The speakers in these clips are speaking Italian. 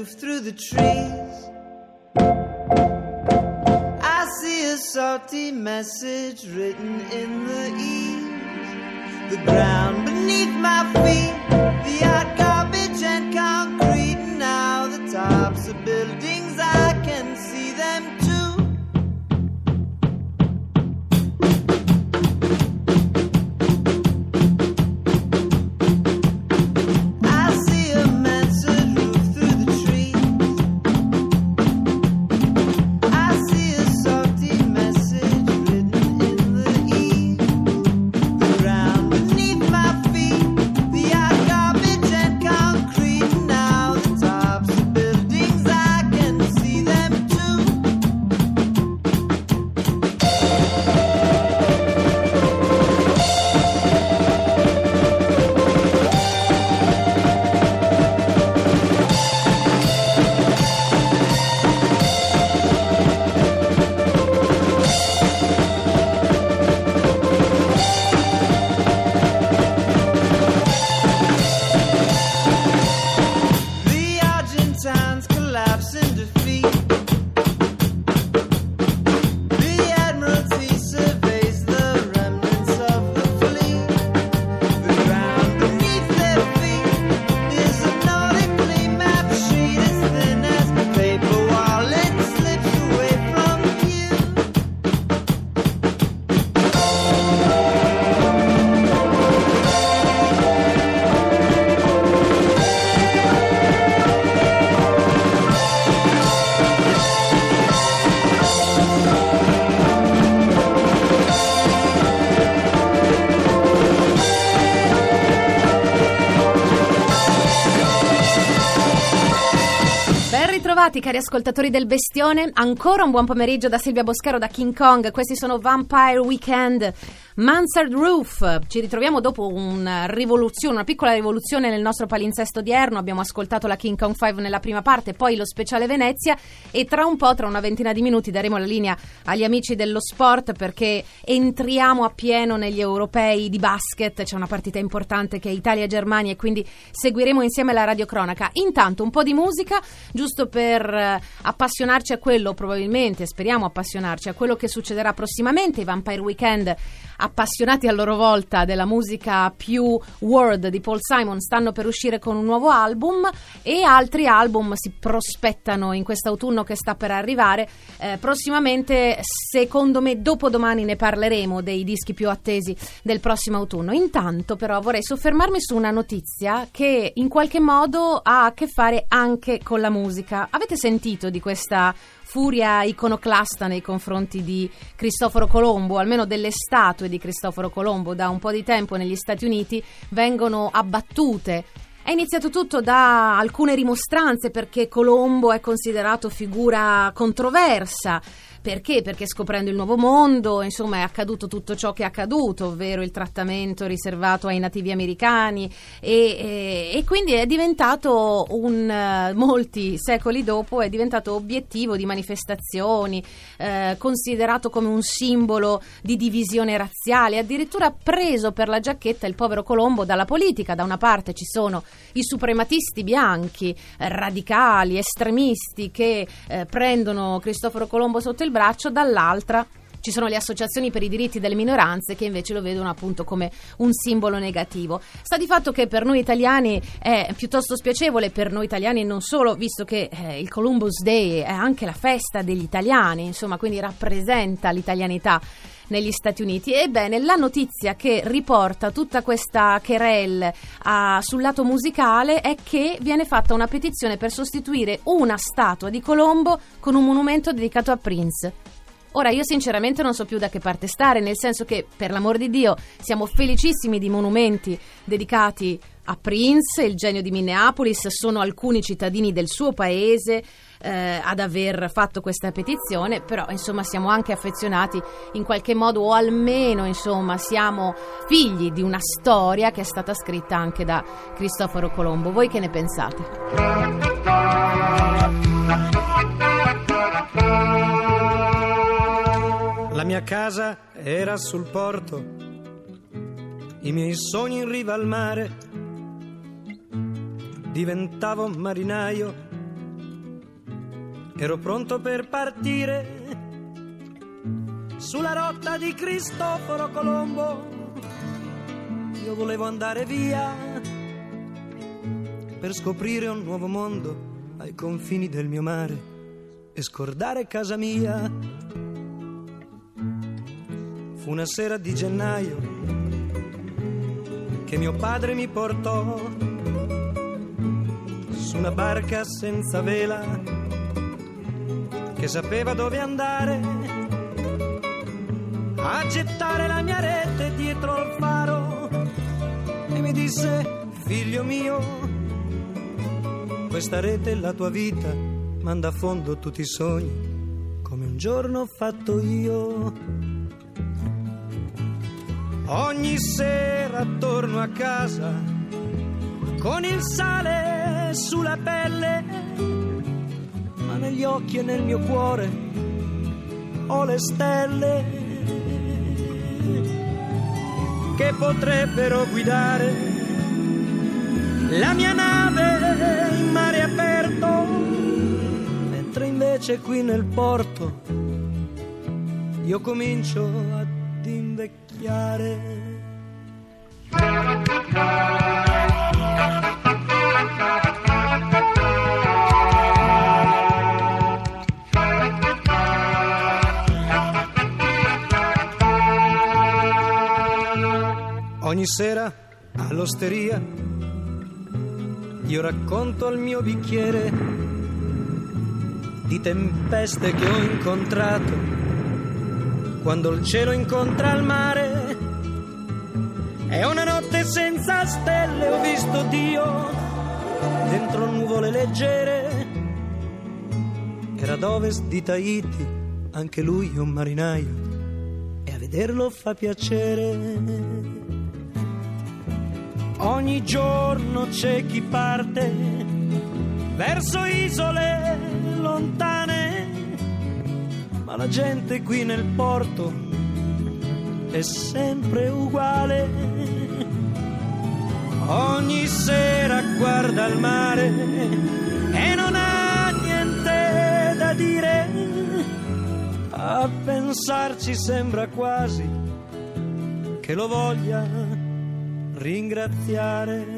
roof through the trees. I see a salty message written in the eaves. The ground beneath my feet, the hot garbage and concrete. Now the tops of buildings, I can see them too. Cari ascoltatori del Bestione, ancora un buon pomeriggio da Silvia Boscaro, da King Kong. Questi sono Vampire Weekend, Mansard Roof. Ci ritroviamo dopo una piccola rivoluzione nel nostro palinsesto odierno. Abbiamo ascoltato la King Kong 5 nella prima parte, poi lo speciale Venezia, e tra una ventina di minuti daremo la linea agli amici dello sport, perché entriamo a pieno negli europei di basket. C'è una partita importante che è Italia-Germania e quindi seguiremo insieme la radiocronaca. Intanto un po' di musica, giusto per appassionarci a quello, probabilmente, speriamo appassionarci a quello che succederà prossimamente. I Vampire Weekend, appassionati a loro volta della musica più world di Paul Simon, stanno per uscire con un nuovo album, e altri album si prospettano in quest'autunno che sta per arrivare. Prossimamente, secondo me dopodomani, ne parleremo dei dischi più attesi del prossimo autunno. Intanto però vorrei soffermarmi su una notizia che in qualche modo ha a che fare anche con la musica. Avete sentito di questa furia iconoclasta nei confronti di Cristoforo Colombo? Almeno delle statue di Cristoforo Colombo da un po' di tempo negli Stati Uniti vengono abbattute. È iniziato tutto da alcune rimostranze, perché Colombo è considerato figura controversa. Perché? Perché scoprendo il nuovo mondo, insomma, è accaduto tutto ciò che è accaduto, ovvero il trattamento riservato ai nativi americani, e quindi è diventato molti secoli dopo, è diventato obiettivo di manifestazioni, considerato come un simbolo di divisione razziale, addirittura preso per la giacchetta il povero Colombo dalla politica. Da una parte ci sono i suprematisti bianchi, radicali, estremisti, che prendono Cristoforo Colombo sotto il braccio, dall'altra ci sono le associazioni per i diritti delle minoranze che invece lo vedono appunto come un simbolo negativo. Sta di fatto che per noi italiani è piuttosto spiacevole, per noi italiani e non solo, visto che il Columbus Day è anche la festa degli italiani, insomma, quindi rappresenta l'italianità negli Stati Uniti. Ebbene, la notizia che riporta tutta questa querelle sul lato musicale è che viene fatta una petizione per sostituire una statua di Colombo con un monumento dedicato a Prince. Ora, io sinceramente non so più da che parte stare, nel senso che, per l'amor di Dio, siamo felicissimi di monumenti dedicati a Prince, il genio di Minneapolis. Sono alcuni cittadini del suo paese ad aver fatto questa petizione, però insomma siamo anche affezionati in qualche modo, o almeno insomma siamo figli di una storia che è stata scritta anche da Cristoforo Colombo. Voi che ne pensate? La mia casa era sul porto, i miei sogni in riva al mare. Diventavo marinaio ero pronto per partire sulla rotta di Cristoforo Colombo. Io volevo andare via per scoprire un nuovo mondo ai confini del mio mare e scordare casa mia. Fu una sera di gennaio che mio padre mi portò su una barca senza vela che sapeva dove andare, a gettare la mia rete dietro al faro, e mi disse: figlio mio, questa rete è la tua vita, manda a fondo tutti i sogni come un giorno ho fatto io. Ogni sera torno a casa con il sale sulla pelle, ma negli occhi e nel mio cuore ho le stelle che potrebbero guidare la mia nave in mare aperto, mentre invece qui nel porto io comincio ad invecchiare. Ogni sera all'osteria io racconto al mio bicchiere di tempeste che ho incontrato quando il cielo incontra il mare, e una notte senza stelle ho visto Dio dentro nuvole leggere. Era ad ovest di Tahiti, anche lui è un marinaio e a vederlo fa piacere. Ogni giorno c'è chi parte verso isole lontane, ma la gente qui nel porto è sempre uguale. Ogni sera guarda il mare e non ha niente da dire. A pensarci sembra quasi che lo voglia ringraziare.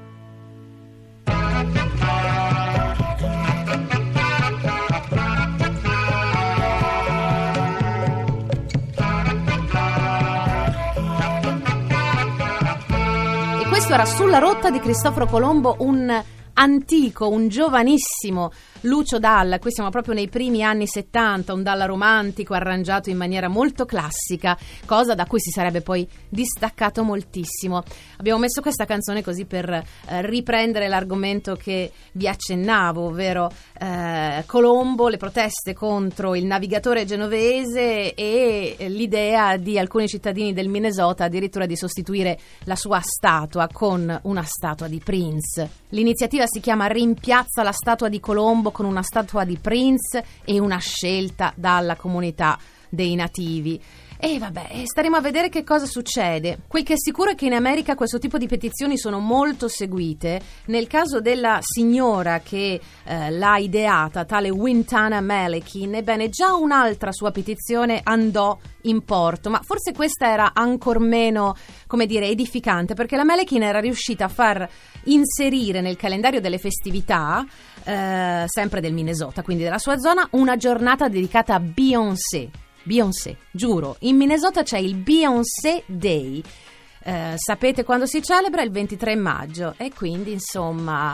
E questo era Sulla rotta di Cristoforo Colombo, un antico, un giovanissimo Lucio Dalla. Qui siamo proprio nei primi anni 70, un Dalla romantico arrangiato in maniera molto classica, cosa da cui si sarebbe poi distaccato moltissimo. Abbiamo messo questa canzone così per riprendere l'argomento che vi accennavo, ovvero Colombo, le proteste contro il navigatore genovese e l'idea di alcuni cittadini del Minnesota addirittura di sostituire la sua statua con una statua di Prince. L'iniziativa si chiama Rimpiazza la statua di Colombo con una statua di Prince e una scelta dalla comunità dei nativi. E vabbè, staremo a vedere che cosa succede. Quel che è sicuro è che in America questo tipo di petizioni sono molto seguite. Nel caso della signora che l'ha ideata, tale Wintana Melekin, ebbene già un'altra sua petizione andò in porto, ma forse questa era ancor meno, come dire, edificante, perché la Melekin era riuscita a far inserire nel calendario delle festività, sempre del Minnesota, quindi della sua zona, una giornata dedicata a Beyoncé, giuro, in Minnesota c'è il Beyoncé Day. Sapete quando si celebra? Il 23 maggio, e quindi insomma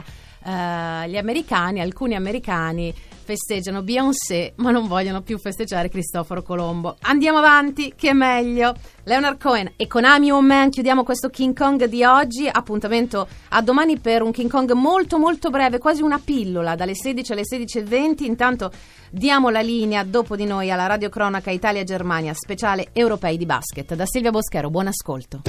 alcuni americani festeggiano Beyoncé ma non vogliono più festeggiare Cristoforo Colombo. Andiamo avanti, che è meglio. Leonard Cohen e con I'm Your Man chiudiamo questo King Kong di oggi. Appuntamento a domani per un King Kong molto molto breve, quasi una pillola, dalle 16 alle 16:20. Intanto diamo la linea dopo di noi alla radiocronaca Italia-Germania speciale europei di basket. Da Silvia Boschero, buon ascolto.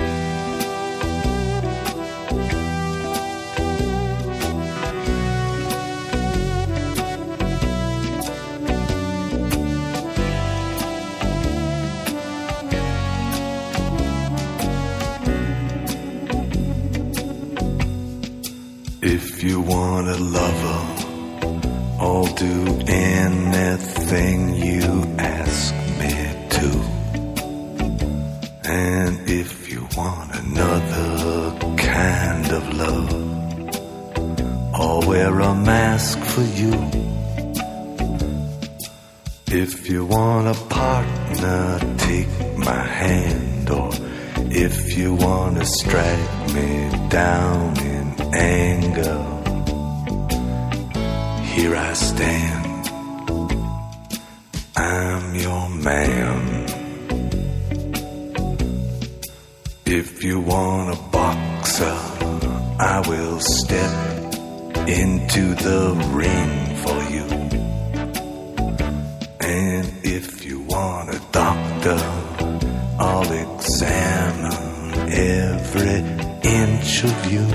If you want a lover, I'll do anything you ask me to. And if you want another kind of love, I'll wear a mask for you. If you want a partner, take my hand. Or if you want to strike me down in anger, here I stand, I'm your man. If you want a boxer, I will step into the ring for you. And if you want a doctor, I'll examine every inch of you.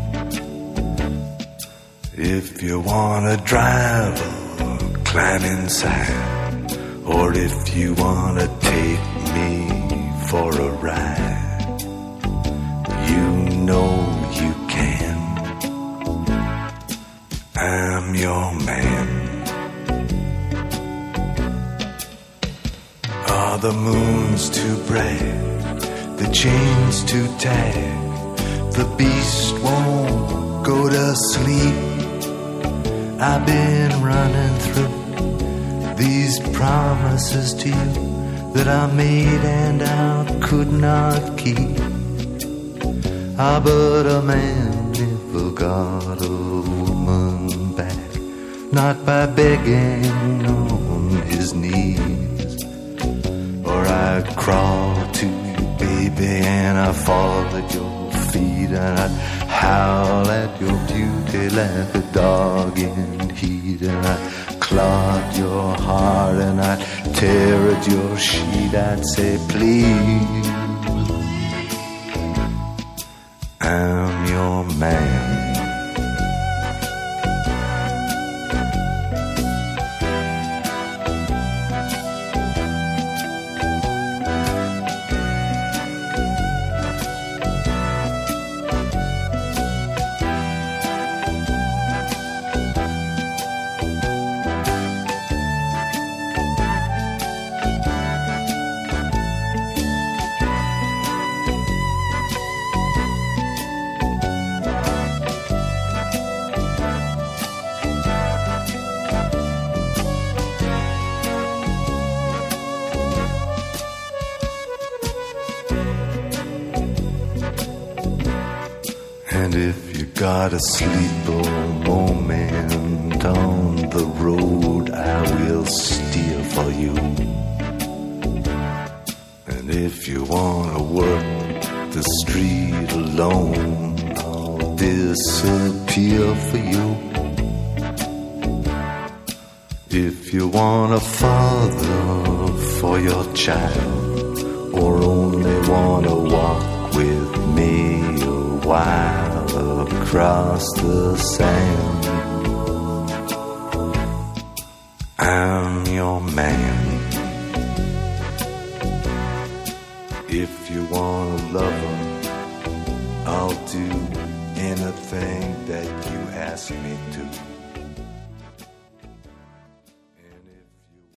If you wanna drive, climb inside. Or if you wanna take me for a ride, you know you can. I'm your man. Are the moons too bright? The chains too tight? The beast won't go to sleep. I've been running through these promises to you that I made and I could not keep. Ah, but a man never got a woman back, not by begging on his knees. Or I'd crawl to you, baby, and I'd fall at your feet, and I'd howl at your beauty like a dog in heat, and I'd clog your heart and I'd tear at your sheet. I'd say, please, I'm your man. And if you got a sleeper moment on the road, I will steer for you. And if you wanna work the street alone, I'll disappear for you. If you want a father for your child, or only wanna walk with me a while across the sand, I'm your man. If you want a lover, I'll do anything that you ask me to.